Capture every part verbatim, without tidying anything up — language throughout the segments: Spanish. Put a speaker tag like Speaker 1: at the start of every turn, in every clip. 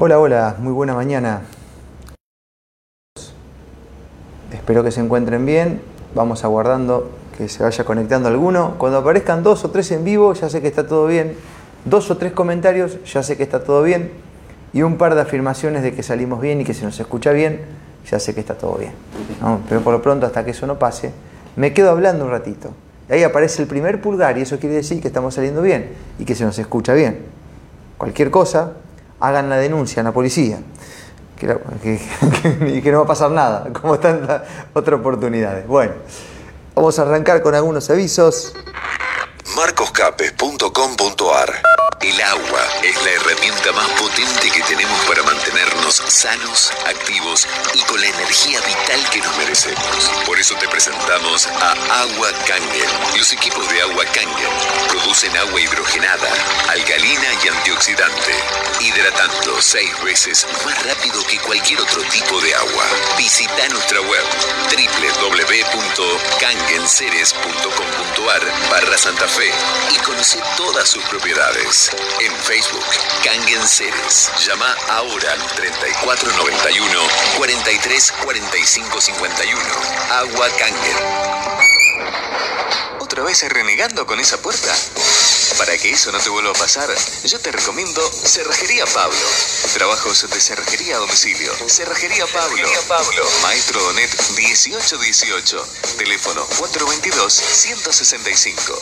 Speaker 1: Hola, hola, muy buena mañana. Espero que se encuentren bien. Vamos aguardando que se vaya conectando alguno. Cuando aparezcan dos o tres en vivo, ya sé que está todo bien. Dos o tres comentarios, ya sé que está todo bien. Y un par de afirmaciones de que salimos bien y que se nos escucha bien, ya sé que está todo bien, ¿no? Pero por lo pronto, hasta que eso no pase, me quedo hablando un ratito. Y ahí aparece el primer pulgar y eso quiere decir que estamos saliendo bien y que se nos escucha bien. Cualquier cosa, hagan la denuncia a la policía. Que, que, que, que no va a pasar nada, como tantas otras oportunidades. Bueno, vamos a arrancar con algunos avisos.
Speaker 2: marcos capes punto com punto ar. El agua es la herramienta más potente que tenemos para mantenernos sanos, activos y con la energía vital que nos merecemos. Por eso te presentamos a Agua Kangen. Los equipos de Agua Kangen producen agua hidrogenada, alcalina y antioxidante, hidratando seis veces más rápido que cualquier otro tipo de agua. Visita nuestra web doble u doble u doble u punto kangenceres punto com punto ar barra Santa Fe y conoce todas sus propiedades. En Facebook, Kangen Ceres. Llama ahora al treinta y cuatro noventa y uno, cuarenta y tres cuarenta y cinco cincuenta y uno. Agua Kangen. ¿Otra vez renegando con esa puerta? Para que eso no te vuelva a pasar, yo te recomiendo Cerrajería Pablo. Trabajos de cerrajería a domicilio. Cerrajería Pablo. Cerrajería Pablo. Maestro Donet dieciocho dieciocho. Teléfono cuatro veintidós, ciento sesenta y cinco.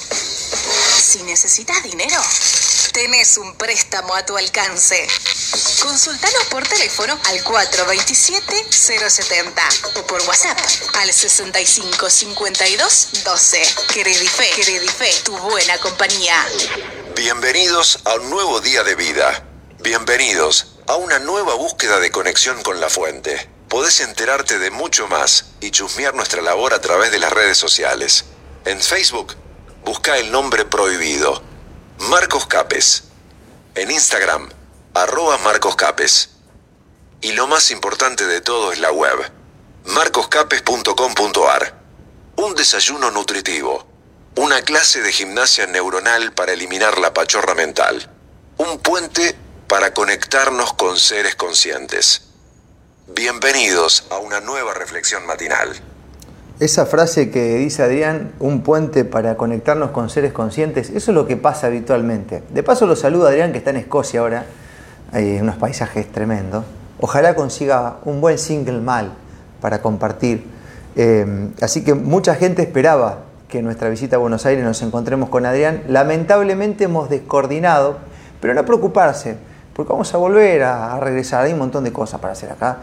Speaker 3: Si necesitas dinero, tenés un préstamo a tu alcance. Consultanos por teléfono al cuatro veintisiete, cero setenta o por WhatsApp al sesenta y cinco cincuenta y dos doce. Credife, Credife, tu buena compañía.
Speaker 2: Bienvenidos a un nuevo día de vida. Bienvenidos a una nueva búsqueda de conexión con la fuente. Podés enterarte de mucho más y chusmear nuestra labor a través de las redes sociales. En Facebook, busca el nombre prohibido, Marcos Capes. En Instagram, arroba Marcos Capes. Y lo más importante de todo es la web, marcos capes punto com punto ar. Un desayuno nutritivo. Una clase de gimnasia neuronal para eliminar la pachorra mental. Un puente para conectarnos con seres conscientes. Bienvenidos a una nueva reflexión matinal.
Speaker 1: Esa frase que dice Adrián, un puente para conectarnos con seres conscientes, eso es lo que pasa habitualmente. De paso lo saludo a Adrián, que está en Escocia ahora. Hay unos paisajes tremendos. Ojalá consiga un buen single malt para compartir. Eh, así que mucha gente esperaba que en nuestra visita a Buenos Aires nos encontremos con Adrián. Lamentablemente hemos descoordinado, pero no preocuparse, porque vamos a volver a, a regresar. Hay un montón de cosas para hacer acá.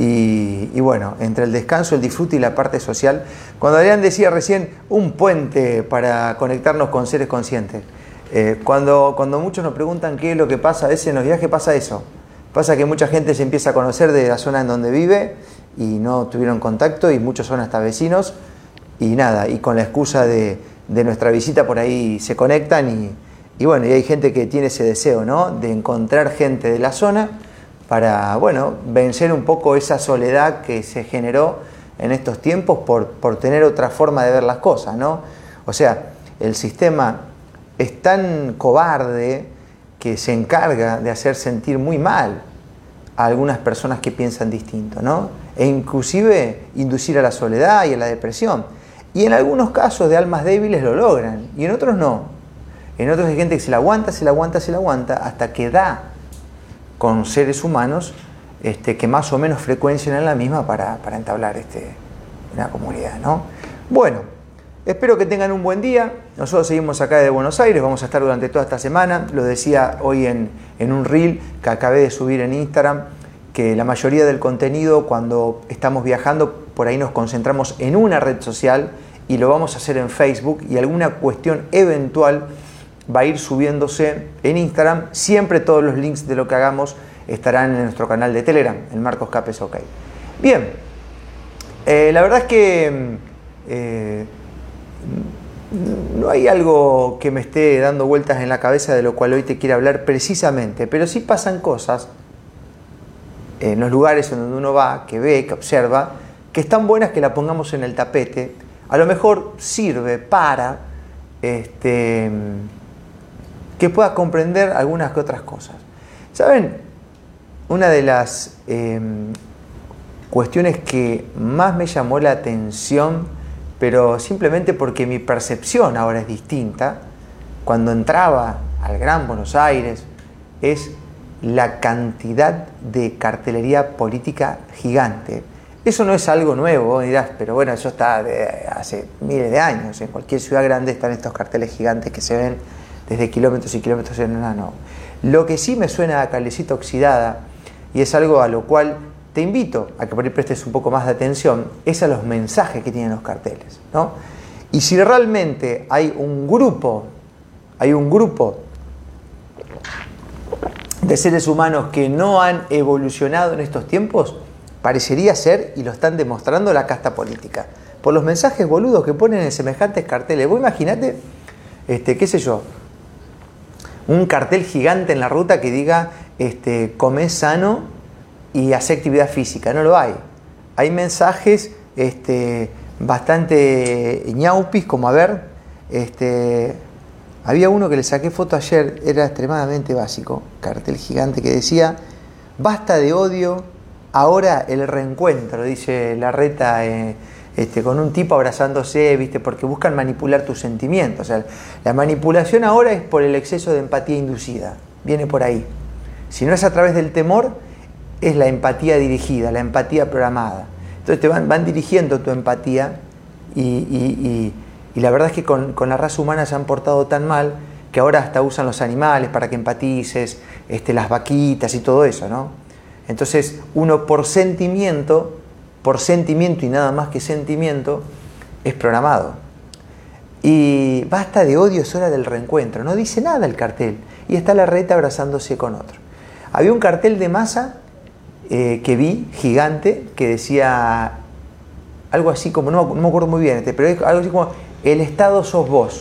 Speaker 1: Y, y bueno, entre el descanso, el disfrute y la parte social, cuando Adrián decía recién un puente para conectarnos con seres conscientes, eh, cuando, cuando muchos nos preguntan qué es lo que pasa, a veces en los viajes pasa eso. Pasa que mucha gente se empieza a conocer de la zona en donde vive y no tuvieron contacto, y muchos son hasta vecinos, y nada, y con la excusa de, de nuestra visita por ahí se conectan y, y bueno, y hay gente que tiene ese deseo, ¿no?, de encontrar gente de la zona para, bueno, vencer un poco esa soledad que se generó en estos tiempos por, por tener otra forma de ver las cosas, ¿no? O sea, el sistema es tan cobarde que se encarga de hacer sentir muy mal a algunas personas que piensan distinto, ¿no? E inclusive inducir a la soledad y a la depresión. Y en algunos casos de almas débiles lo logran, y en otros no. En otros hay gente que se la aguanta, se la aguanta, se la aguanta, hasta que da con seres humanos este, que más o menos frecuencian en la misma para, para entablar este, una comunidad, ¿no? Bueno, espero que tengan un buen día. Nosotros seguimos acá de Buenos Aires, vamos a estar durante toda esta semana. Lo decía hoy en, en un reel que acabé de subir en Instagram, que la mayoría del contenido cuando estamos viajando, por ahí nos concentramos en una red social y lo vamos a hacer en Facebook, y alguna cuestión eventual va a ir subiéndose en Instagram. Siempre todos los links de lo que hagamos estarán en nuestro canal de Telegram, el Marcos Capes OK. Bien, eh, la verdad es que eh, no hay algo que me esté dando vueltas en la cabeza de lo cual hoy te quiero hablar precisamente, pero sí pasan cosas en los lugares en donde uno va, que ve, que observa, que están buenas que la pongamos en el tapete. A lo mejor sirve para este, que pueda comprender algunas que otras cosas. ¿Saben? una de las eh, cuestiones que más me llamó la atención, pero simplemente porque mi percepción ahora es distinta, cuando entraba al Gran Buenos Aires, es la cantidad de cartelería política gigante. Eso no es algo nuevo, vos dirás, pero bueno, eso está de hace miles de años. En cualquier ciudad grande están estos carteles gigantes que se ven desde kilómetros y kilómetros en una no. Lo que sí me suena a calecita oxidada, y es algo a lo cual te invito a que por ahí prestes un poco más de atención, es a los mensajes que tienen los carteles, ¿no? Y si realmente hay un grupo, hay un grupo de seres humanos que no han evolucionado en estos tiempos, parecería ser, y lo están demostrando, la casta política. Por los mensajes boludos que ponen en semejantes carteles. Vos imaginate, este, qué sé yo, un cartel gigante en la ruta que diga, este, comé sano y hace actividad física. No lo hay. Hay mensajes este, bastante ñaupis, como a ver, este, había uno que le saqué foto ayer, era extremadamente básico, cartel gigante que decía, basta de odio, ahora el reencuentro, dice Larreta, eh, este, con un tipo abrazándose, ¿viste? Porque buscan manipular tus sentimientos. O sea, la manipulación ahora es por el exceso de empatía inducida, viene por ahí. Si no es a través del temor, es la empatía dirigida, la empatía programada. Entonces te van, van dirigiendo tu empatía y, y, y, y la verdad es que con, con la raza humana se han portado tan mal que ahora hasta usan los animales para que empatices, este, las vaquitas y todo eso, ¿no? Entonces uno por sentimiento, por sentimiento y nada más que sentimiento, es programado. Y basta de odio, es hora del reencuentro. No dice nada el cartel. Y está Larreta abrazándose con otro. Había un cartel de Massa eh, que vi, gigante, que decía algo así como, no, no me acuerdo muy bien, pero es algo así como, el Estado sos vos.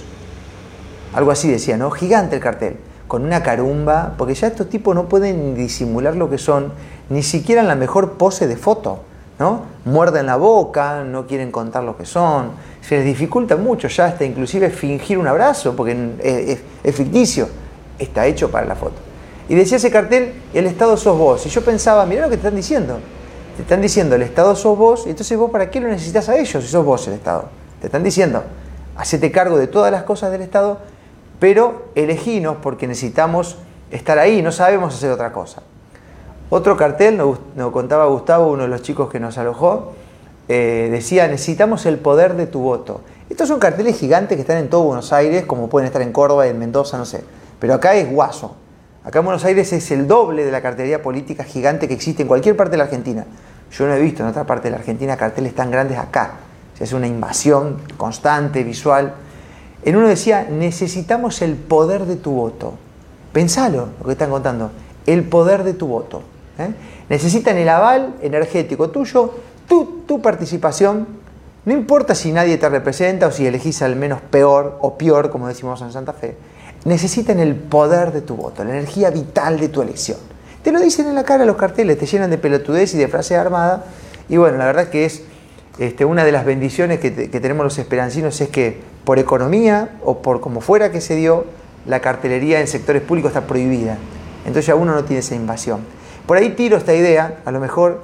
Speaker 1: Algo así decía, ¿no? Gigante el cartel. Con una carumba, porque ya estos tipos no pueden disimular lo que son, ni siquiera en la mejor pose de foto, ¿no? Muerden la boca, no quieren contar lo que son, se les dificulta mucho ya hasta inclusive fingir un abrazo, porque es, es, es ficticio, está hecho para la foto. Y decía ese cartel, el Estado sos vos, y yo pensaba, mirá lo que te están diciendo, te están diciendo el Estado sos vos, y entonces vos ¿para qué lo necesitas a ellos si sos vos el Estado? Te están diciendo, hacete cargo de todas las cosas del Estado, pero eleginos porque necesitamos estar ahí, no sabemos hacer otra cosa. Otro cartel, nos, nos contaba Gustavo, uno de los chicos que nos alojó, eh, decía, necesitamos el poder de tu voto. Estos son carteles gigantes que están en todo Buenos Aires, como pueden estar en Córdoba y en Mendoza, no sé. Pero acá es guaso. Acá en Buenos Aires es el doble de la cartelería política gigante que existe en cualquier parte de la Argentina. Yo no he visto en otra parte de la Argentina carteles tan grandes acá. O sea, es una invasión constante, visual. En uno decía, necesitamos el poder de tu voto. Pensalo, lo que están contando. El poder de tu voto. ¿eh? Necesitan el aval energético tuyo, tu, tu participación. No importa si nadie te representa o si elegís al menos peor o peor, como decimos en Santa Fe. Necesitan el poder de tu voto, la energía vital de tu elección. Te lo dicen en la cara los carteles, te llenan de pelotudez y de frase armada. Y bueno, la verdad que es este, una de las bendiciones que, te, que tenemos los esperancinos es que por economía o por como fuera que se dio, la cartelería en sectores públicos está prohibida. Entonces ya uno no tiene esa invasión. Por ahí tiro esta idea, a lo mejor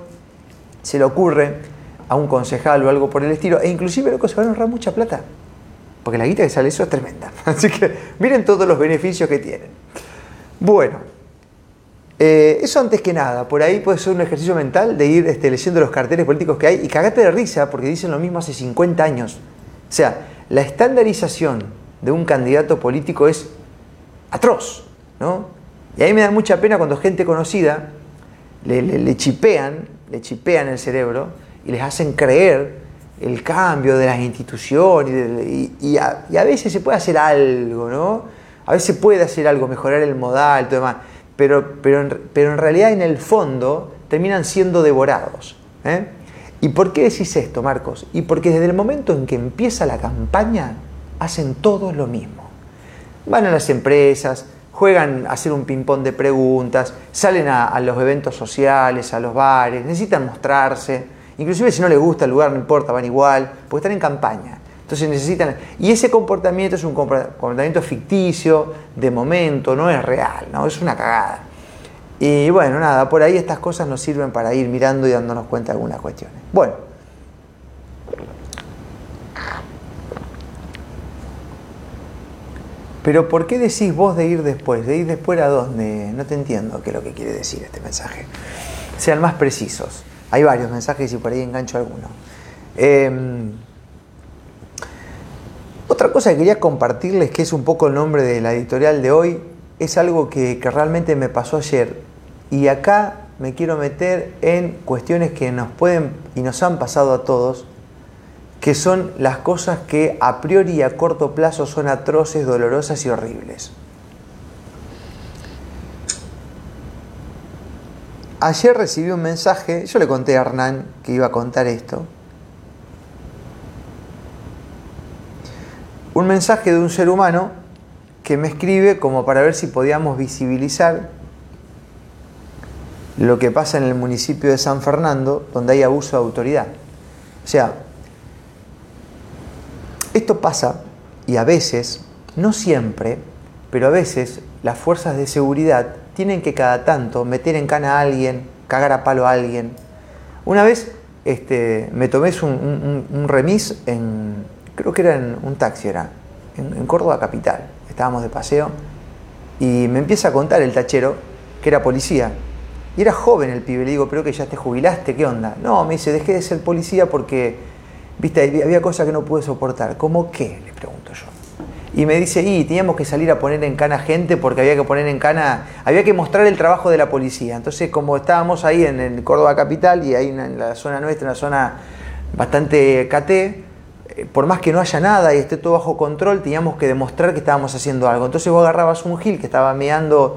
Speaker 1: se le ocurre a un concejal o algo por el estilo, e inclusive loco, se van a ahorrar mucha plata, porque la guita que sale eso es tremenda. Así que miren todos los beneficios que tienen. Bueno, eh, eso antes que nada, por ahí puede ser un ejercicio mental de ir este, leyendo los carteles políticos que hay y cagate de risa porque dicen lo mismo hace cincuenta años. O sea, la estandarización de un candidato político es atroz, ¿no? Y a mí me da mucha pena cuando gente conocida le, le, le chipean, le chipean el cerebro y les hacen creer el cambio de las instituciones y, y, a, y a veces se puede hacer algo, ¿no? A veces puede hacer algo, mejorar el modal, todo demás, pero, pero, en, pero en realidad en el fondo terminan siendo devorados. ¿eh? ¿Y por qué decís esto, Marcos? Y porque desde el momento en que empieza la campaña hacen todos lo mismo. Van a las empresas, juegan a hacer un ping-pong de preguntas, salen a, a los eventos sociales, a los bares, necesitan mostrarse. Inclusive si no les gusta el lugar, no importa, van igual, porque están en campaña. Entonces necesitan... Y ese comportamiento es un comportamiento ficticio, de momento, no es real, ¿no? Es una cagada. Y bueno, nada, por ahí estas cosas nos sirven para ir mirando y dándonos cuenta de algunas cuestiones. Bueno. Pero ¿por qué decís vos de ir después? ¿De ir después a dónde? No te entiendo qué es lo que quiere decir este mensaje. Sean más precisos. Hay varios mensajes y por ahí engancho alguno. Eh, otra cosa que quería compartirles, que es un poco el nombre de la editorial de hoy, es algo que, que realmente me pasó ayer. Y acá me quiero meter en cuestiones que nos pueden y nos han pasado a todos, que son las cosas que a priori y a corto plazo son atroces, dolorosas y horribles. Ayer recibí un mensaje, yo le conté a Hernán que iba a contar esto. Un mensaje de un ser humano que me escribe como para ver si podíamos visibilizar lo que pasa en el municipio de San Fernando, donde hay abuso de autoridad. O sea, esto pasa, y a veces, no siempre, pero a veces las fuerzas de seguridad tienen que cada tanto meter en cana a alguien, cagar a palo a alguien. Una vez este, me tomé un, un, un remis en, creo que era en un taxi, era, en, en Córdoba capital. Estábamos de paseo y me empieza a contar el tachero que era policía. Y era joven el pibe, le digo, pero que ya te jubilaste, ¿qué onda? No, me dice, dejé de ser policía porque... Viste, había cosas que no pude soportar. ¿Cómo qué? Le pregunto yo. Y me dice, y teníamos que salir a poner en cana gente porque había que poner en cana, había que mostrar el trabajo de la policía. Entonces, como estábamos ahí en el Córdoba capital y ahí en la zona nuestra, una zona bastante caté, por más que no haya nada y esté todo bajo control, teníamos que demostrar que estábamos haciendo algo. Entonces vos agarrabas un gil que estaba meando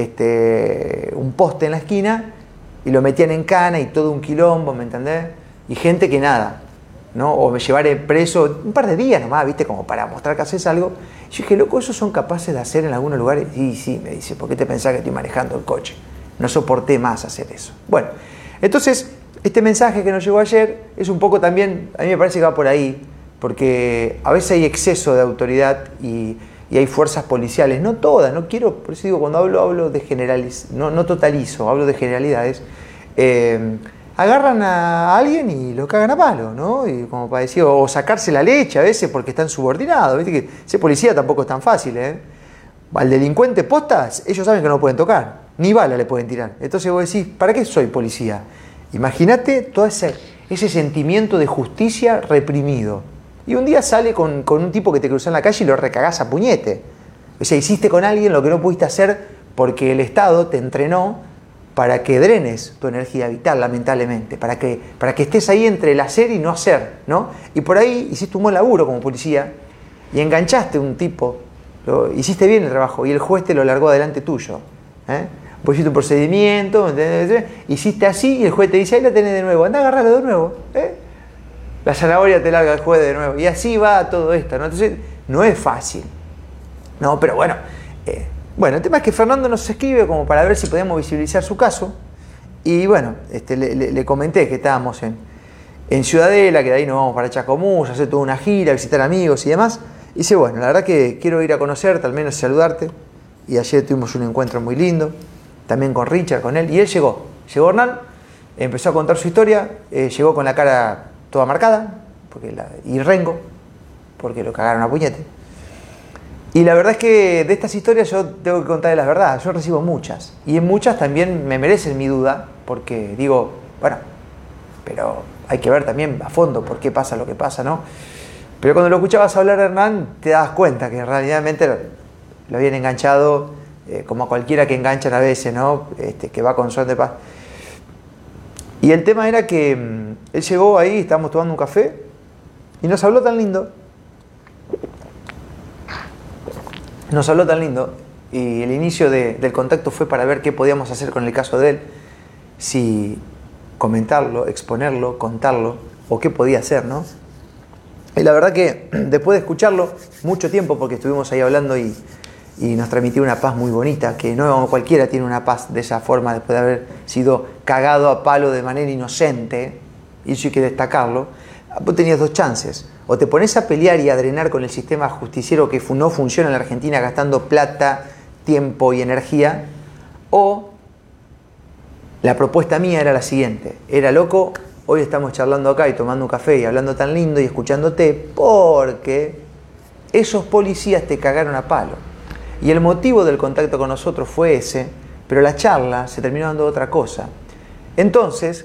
Speaker 1: este, un poste en la esquina y lo metían en cana y todo un quilombo, ¿me entendés? Y gente que nada, ¿no? O me llevaré preso un par de días nomás, ¿viste? Como para mostrar que haces algo. Y yo dije, loco, ¿esos son capaces de hacer en algunos lugares? Sí, sí, me dice, ¿por qué te pensás que estoy manejando el coche? No soporté más hacer eso. Bueno, entonces, este mensaje que nos llegó ayer es un poco también, a mí me parece que va por ahí, porque a veces hay exceso de autoridad y, y hay fuerzas policiales, no todas, no quiero, por eso digo, cuando hablo, hablo de generaliz, no, no totalizo, hablo de generalidades. Eh, agarran a alguien y lo cagan a palo, ¿no? Y como para decir, o sacarse la leche a veces porque están subordinados. ¿Viste que ser policía tampoco es tan fácil, ¿eh? Al delincuente postas, ellos saben que no pueden tocar, ni bala le pueden tirar. Entonces vos decís, ¿para qué soy policía? Imagínate todo ese, ese sentimiento de justicia reprimido. Y un día sale con, con un tipo que te cruzó en la calle y lo recagás a puñete. O sea, hiciste con alguien lo que no pudiste hacer porque el Estado te entrenó para que drenes tu energía vital, lamentablemente, para que, para que estés ahí entre el hacer y no hacer, ¿no? Y por ahí hiciste un buen laburo como policía y enganchaste a un tipo, lo, hiciste bien el trabajo y el juez te lo largó adelante tuyo, ¿eh? Vos hiciste un procedimiento, ¿entendés? Hiciste así y el juez te dice, ahí la tenés de nuevo, anda a agarrarlo de nuevo, ¿eh? La zanahoria te larga el juez de nuevo y así va todo esto, ¿no? Entonces, no es fácil, ¿no? Pero bueno... Eh, Bueno, el tema es que Fernando nos escribe como para ver si podíamos visibilizar su caso. Y bueno, este, le, le, le comenté que estábamos en, en Ciudadela, que de ahí nos vamos para Chacomús, hacer toda una gira, visitar amigos y demás. Y dice, bueno, la verdad que quiero ir a conocerte, al menos saludarte. Y ayer tuvimos un encuentro muy lindo, también con Richard, con él. Y él llegó, llegó Hernán, empezó a contar su historia, eh, llegó con la cara toda marcada, porque la, y rengo, porque lo cagaron a puñete. Y la verdad es que de estas historias yo tengo que contarles las verdades. Yo recibo muchas. Y en muchas también me merecen mi duda. Porque digo, bueno, pero hay que ver también a fondo por qué pasa lo que pasa, ¿no? Pero cuando lo escuchabas hablar, Hernán, te das cuenta que realmente lo, lo habían enganchado, eh, como a cualquiera que enganchan a veces, ¿no? Este, que va con son de paz. Y el tema era que mmm, él llegó ahí, estábamos tomando un café, y nos habló tan lindo. Nos habló tan lindo y el inicio de, del contacto fue para ver qué podíamos hacer con el caso de él, si comentarlo, exponerlo, contarlo o qué podía hacer, ¿no? Y la verdad que después de escucharlo mucho tiempo, porque estuvimos ahí hablando y, y nos transmitió una paz muy bonita, que no cualquiera tiene una paz de esa forma después de haber sido cagado a palo de manera inocente, y eso hay que destacarlo. Vos tenías dos chances. O te pones a pelear y a drenar con el sistema justiciero que no funciona en la Argentina gastando plata, tiempo y energía, o la propuesta mía era la siguiente. Era, loco, hoy estamos charlando acá y tomando un café y hablando tan lindo y escuchándote porque esos policías te cagaron a palo. Y el motivo del contacto con nosotros fue ese, pero la charla se terminó dando otra cosa. Entonces,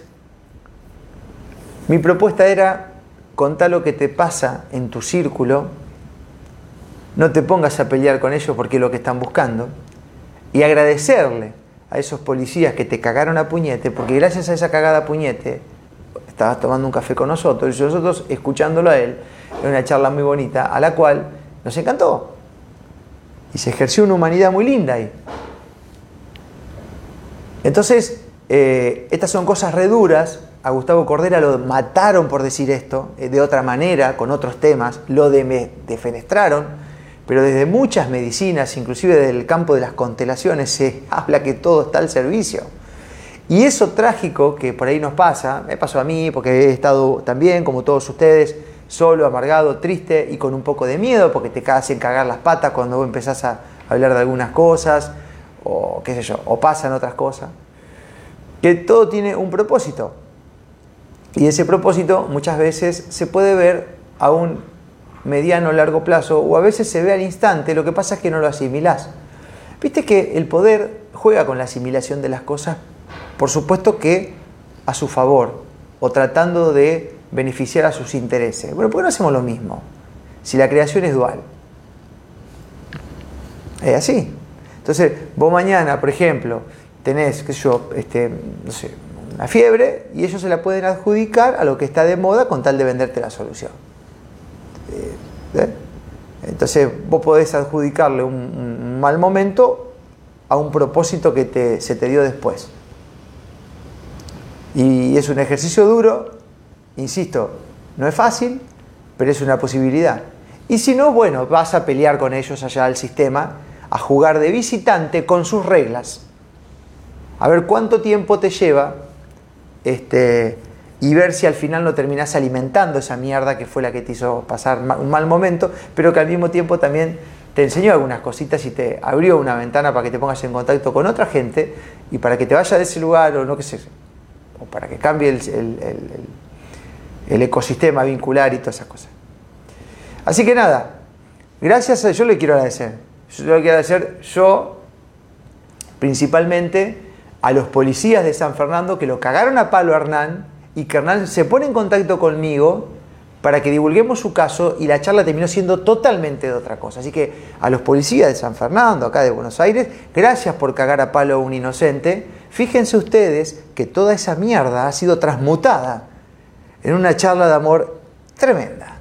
Speaker 1: mi propuesta era contar lo que te pasa en tu círculo, no te pongas a pelear con ellos porque es lo que están buscando, y agradecerle a esos policías que te cagaron a puñete, porque gracias a esa cagada a puñete estabas tomando un café con nosotros y nosotros escuchándolo a él, en una charla muy bonita, a la cual nos encantó. Y se ejerció una humanidad muy linda ahí. Entonces, eh, estas son cosas re duras. A Gustavo Cordera lo mataron por decir esto, eh, de otra manera, con otros temas, lo de defenestraron, pero desde muchas medicinas, inclusive desde el campo de las constelaciones, se habla que todo está al servicio. Y eso trágico que por ahí nos pasa, me pasó a mí, porque he estado también, como todos ustedes, solo, amargado, triste y con un poco de miedo, porque te hacen cagar las patas cuando vos empezás a hablar de algunas cosas, o qué sé yo, o pasan otras cosas. Que todo tiene un propósito. Y ese propósito muchas veces se puede ver a un mediano o largo plazo, o a veces se ve al instante, lo que pasa es que no lo asimilás. Viste que el poder juega con la asimilación de las cosas, por supuesto que a su favor, o tratando de beneficiar a sus intereses. Bueno, ¿por qué no hacemos lo mismo? Si la creación es dual. Es así. Entonces, vos mañana, por ejemplo, tenés, qué sé yo, este, no sé, una fiebre, y ellos se la pueden adjudicar a lo que está de moda con tal de venderte la solución. ¿Eh? Entonces, vos podés adjudicarle un, un mal momento a un propósito que te, se te dio después. Y es un ejercicio duro, insisto, no es fácil, pero es una posibilidad. Y si no, bueno, vas a pelear con ellos allá al sistema, a jugar de visitante con sus reglas. A ver cuánto tiempo te lleva este, y ver si al final no terminás alimentando esa mierda que fue la que te hizo pasar un mal momento, pero que al mismo tiempo también te enseñó algunas cositas y te abrió una ventana para que te pongas en contacto con otra gente y para que te vayas de ese lugar o no qué sé, o para que cambie el, el, el, el, el ecosistema vincular y todas esas cosas. Así que nada, gracias a, yo le quiero agradecer, yo le quiero agradecer yo principalmente a los policías de San Fernando que lo cagaron a palo a Hernán y que Hernán se pone en contacto conmigo para que divulguemos su caso y la charla terminó siendo totalmente de otra cosa. Así que a los policías de San Fernando, acá de Buenos Aires, gracias por cagar a palo a un inocente. Fíjense ustedes que toda esa mierda ha sido transmutada en una charla de amor tremenda.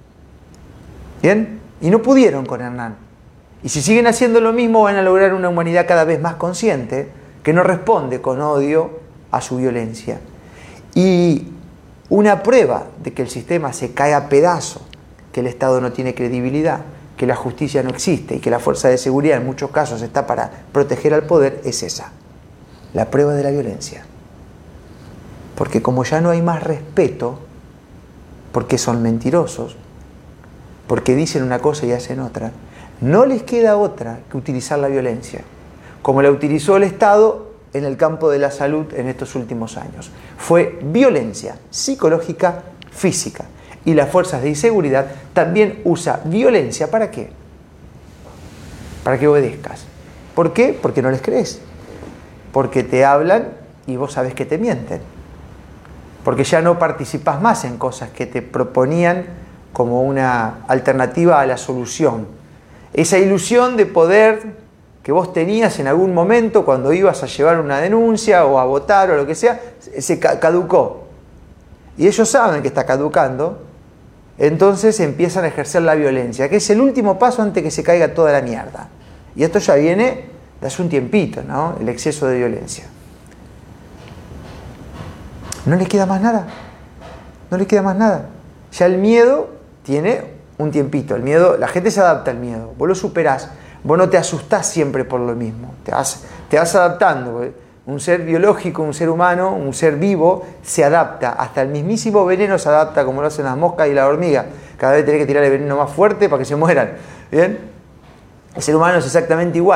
Speaker 1: ¿Bien? Y no pudieron con Hernán. Y si siguen haciendo lo mismo van a lograr una humanidad cada vez más consciente que no responde con odio a su violencia. Y una prueba de que el sistema se cae a pedazos, que el Estado no tiene credibilidad, que la justicia no existe y que la fuerza de seguridad en muchos casos está para proteger al poder, es esa, la prueba de la violencia. Porque como ya no hay más respeto, porque son mentirosos, porque dicen una cosa y hacen otra, no les queda otra que utilizar la violencia, como la utilizó el Estado en el campo de la salud en estos últimos años. Fue violencia psicológica, física. Y las fuerzas de inseguridad también usa violencia. ¿Para qué? Para que obedezcas. ¿Por qué? Porque no les crees. Porque te hablan y vos sabés que te mienten. Porque ya no participás más en cosas que te proponían como una alternativa a la solución. Esa ilusión de poder que vos tenías en algún momento cuando ibas a llevar una denuncia o a votar o lo que sea, se caducó. Y ellos saben que está caducando, entonces empiezan a ejercer la violencia, que es el último paso antes que se caiga toda la mierda. Y esto ya viene de hace un tiempito, ¿no? El exceso de violencia. No les queda más nada. No les queda más nada. Ya el miedo tiene un tiempito. El miedo, la gente se adapta al miedo. Vos lo superás. Vos no te asustás siempre por lo mismo, te vas, te vas adaptando. Un ser biológico, un ser humano, un ser vivo, se adapta. Hasta el mismísimo veneno se adapta como lo hacen las moscas y la hormiga. Cada vez tenés que tirar el veneno más fuerte para que se mueran. ¿Bien? El ser humano es exactamente igual.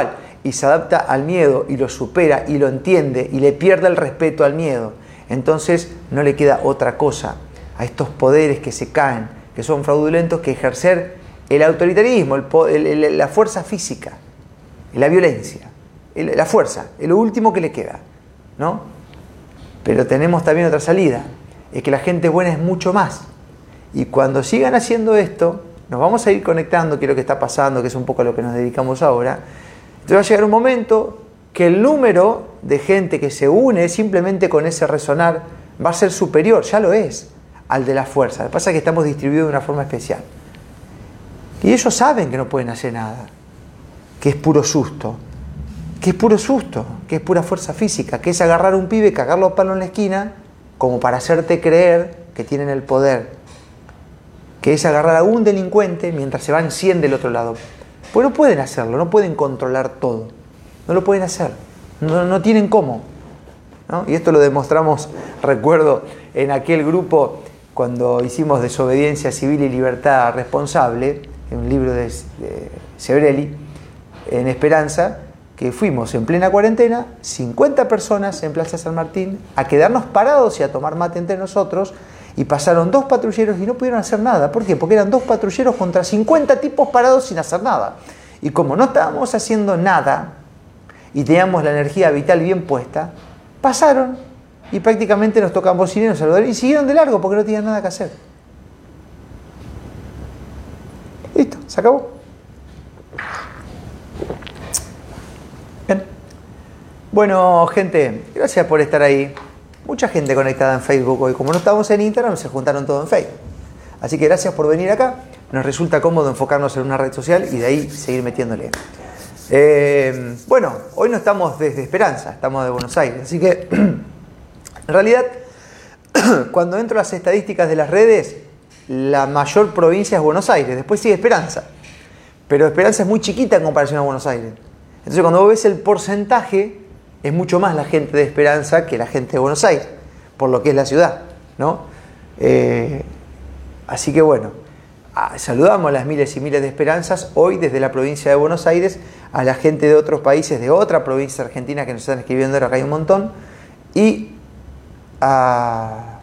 Speaker 1: y se adapta al miedo y lo supera y lo entiende y le pierde el respeto al miedo, entonces no le queda otra cosa a estos poderes que se caen, que son fraudulentos, que ejercer el autoritarismo, el, el, el, la fuerza física, la violencia, el, la fuerza, es lo último que le queda, ¿no? Pero tenemos también otra salida, es que la gente buena es mucho más. Y cuando sigan haciendo esto, nos vamos a ir conectando, que es lo que está pasando, que es un poco a lo que nos dedicamos ahora. Entonces va a llegar un momento que el número de gente que se une simplemente con ese resonar va a ser superior, ya lo es, al de la fuerza. Lo que pasa es que estamos distribuidos de una forma especial. Y ellos saben que no pueden hacer nada, que es puro susto, que es puro susto, que es pura fuerza física, que es agarrar a un pibe, cagarlo a palo en la esquina, como para hacerte creer que tienen el poder, que es agarrar a un delincuente mientras se van cien del otro lado. Pues no pueden hacerlo, no pueden controlar todo, no lo pueden hacer, no, no tienen cómo, ¿no? Y esto lo demostramos, recuerdo, en aquel grupo cuando hicimos Desobediencia Civil y Libertad Responsable, en un libro de, de Sebrelli, en Esperanza, que fuimos en plena cuarentena, cincuenta personas en Plaza San Martín, a quedarnos parados y a tomar mate entre nosotros, y pasaron dos patrulleros y no pudieron hacer nada. ¿Por qué? Porque eran dos patrulleros contra cincuenta tipos parados sin hacer nada. Y como no estábamos haciendo nada, y teníamos la energía vital bien puesta, pasaron, y prácticamente nos tocan bocina y nos saludaron, y siguieron de largo porque no tenían nada que hacer. Listo, se acabó. Bien. Bueno, gente, gracias por estar ahí. Mucha gente conectada en Facebook hoy. Como no estábamos en Instagram, se juntaron todo en Facebook. Así que gracias por venir acá. Nos resulta cómodo enfocarnos en una red social y de ahí seguir metiéndole. Eh, bueno, hoy no estamos desde Esperanza, estamos de Buenos Aires. Así que, en realidad, cuando entro a las estadísticas de las redes, la mayor provincia es Buenos Aires. Después sigue Esperanza. Pero Esperanza es muy chiquita en comparación a Buenos Aires. Entonces, cuando vos ves el porcentaje, es mucho más la gente de Esperanza que la gente de Buenos Aires, por lo que es la ciudad, ¿no? Eh, así que bueno, ah, saludamos a las miles y miles de esperanzas hoy desde la provincia de Buenos Aires, a la gente de otros países, de otra provincia argentina que nos están escribiendo, ahora acá hay un montón, y a...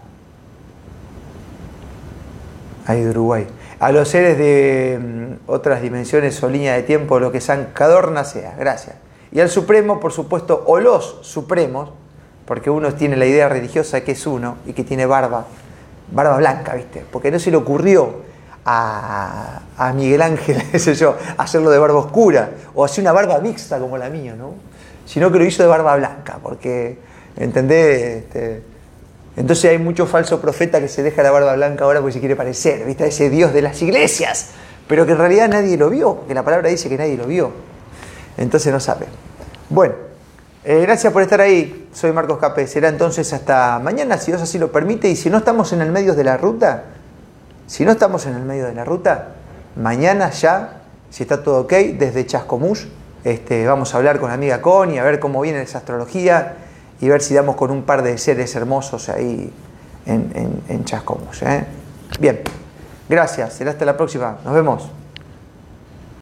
Speaker 1: Ahí de Uruguay. A los seres de um, otras dimensiones o línea de tiempo, lo que San Cadorna sea. Gracias. Y al Supremo, por supuesto, o los Supremos, porque uno tiene la idea religiosa que es uno y que tiene barba, barba blanca, ¿viste? Porque no se le ocurrió a, a Miguel Ángel, qué sé yo, hacerlo de barba oscura o hacer una barba mixta como la mía, ¿no? Sino que lo hizo de barba blanca, porque, ¿entendés? Este, entonces hay mucho falso profeta que se deja la barba blanca ahora porque se quiere parecer, ¿viste? A ese Dios de las iglesias, pero que en realidad nadie lo vio, porque la palabra dice que nadie lo vio. Entonces no sabe. Bueno, eh, gracias por estar ahí. Soy Marcos Capes. Será entonces hasta mañana, si Dios así lo permite. Y si no estamos en el medio de la ruta, si no estamos en el medio de la ruta, mañana ya, si está todo ok, desde Chascomús, este, vamos a hablar con la amiga Connie, a ver cómo viene esa astrología y ver si damos con un par de seres hermosos ahí en, en, en Chascomús, ¿eh? Bien, gracias. Será hasta la próxima. Nos vemos.